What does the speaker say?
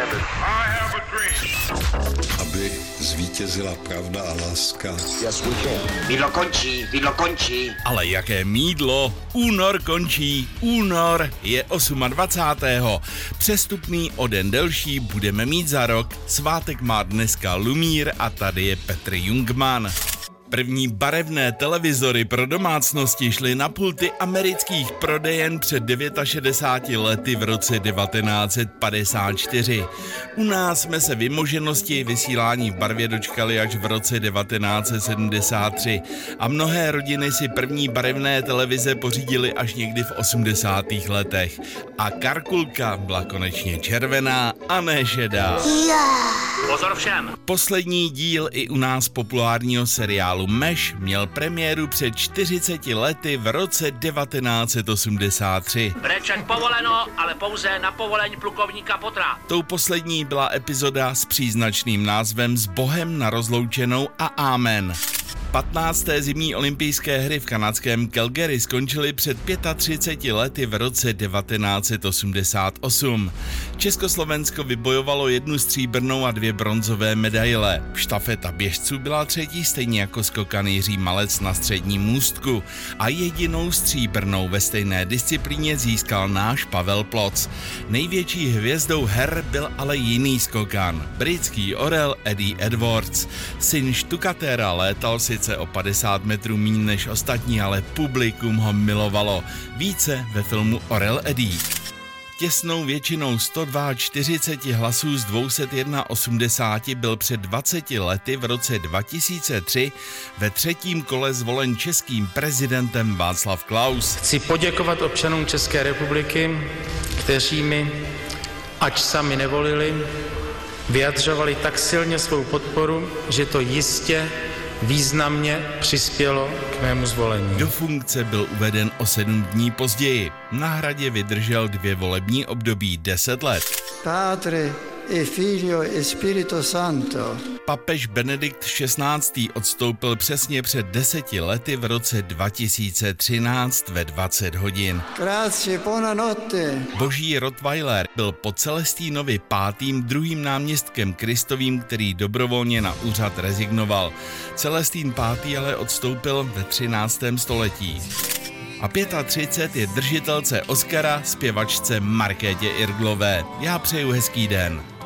Aby zvítězila pravda a láska. Mýdlo končí. Ale jaké mýdlo? Únor končí. Únor je 28. Přestupný o den delší budeme mít za rok. Svátek má dneska Lumír a tady je Petr Jungmann. První barevné televizory pro domácnosti šly na pulty amerických prodejen před 69 lety v roce 1954. U nás jsme se vymoženosti vysílání v barvě dočkali až v roce 1973 a mnohé rodiny si první barevné televize pořídily až někdy v 80. letech. A karkulka byla konečně červená a ne šedá. Pozor všem. Poslední díl i u nás populárního seriálu Meš měl premiéru před 40 lety v roce 1983. Brečet povoleno, ale pouze na povolení plukovníka Potra. Tou poslední byla epizoda s příznačným názvem S Bohem na rozloučenou a Amen. 15. zimní olympijské hry v kanadském Calgary skončily před 35 lety v roce 1988. Československo vybojovalo 1 stříbrnou a 2 bronzové medaile. Štafeta běžců byla 3. stejně jako skokan Jiří Malec na středním můstku a jedinou stříbrnou ve stejné disciplíně získal náš Pavel Ploc. Největší hvězdou her byl ale jiný skokan, britský orel Eddie Edwards. Syn štukatéra létal sice o 50 metrů míň než ostatní, ale publikum ho milovalo. Více ve filmu Orel Eddie. Těsnou většinou 142 hlasů z 281 byl před 20 lety v roce 2003 ve 3. kole zvolen českým prezidentem Václav Klaus. Chci poděkovat občanům České republiky, kteří mi, ač sami nevolili, vyjadřovali tak silně svou podporu, že to jistě významně přispělo k mému zvolení. Do funkce byl uveden o 7 dní později. Na hradě vydržel 2 volební období 10 let. Padre e Figlio e Spirito Santo. Papež Benedikt XVI. Odstoupil přesně před 10 lety v roce 2013 ve 20 hodin. Grazie, buonanotte. Boží Rottweiler byl po Celestínovi V. druhým náměstkem Kristovým, který dobrovolně na úřad rezignoval. Celestín V. ale odstoupil ve 13. století. A 35 je držitelce Oscara zpěvačce Markétě Irglové. Já přeju hezký den.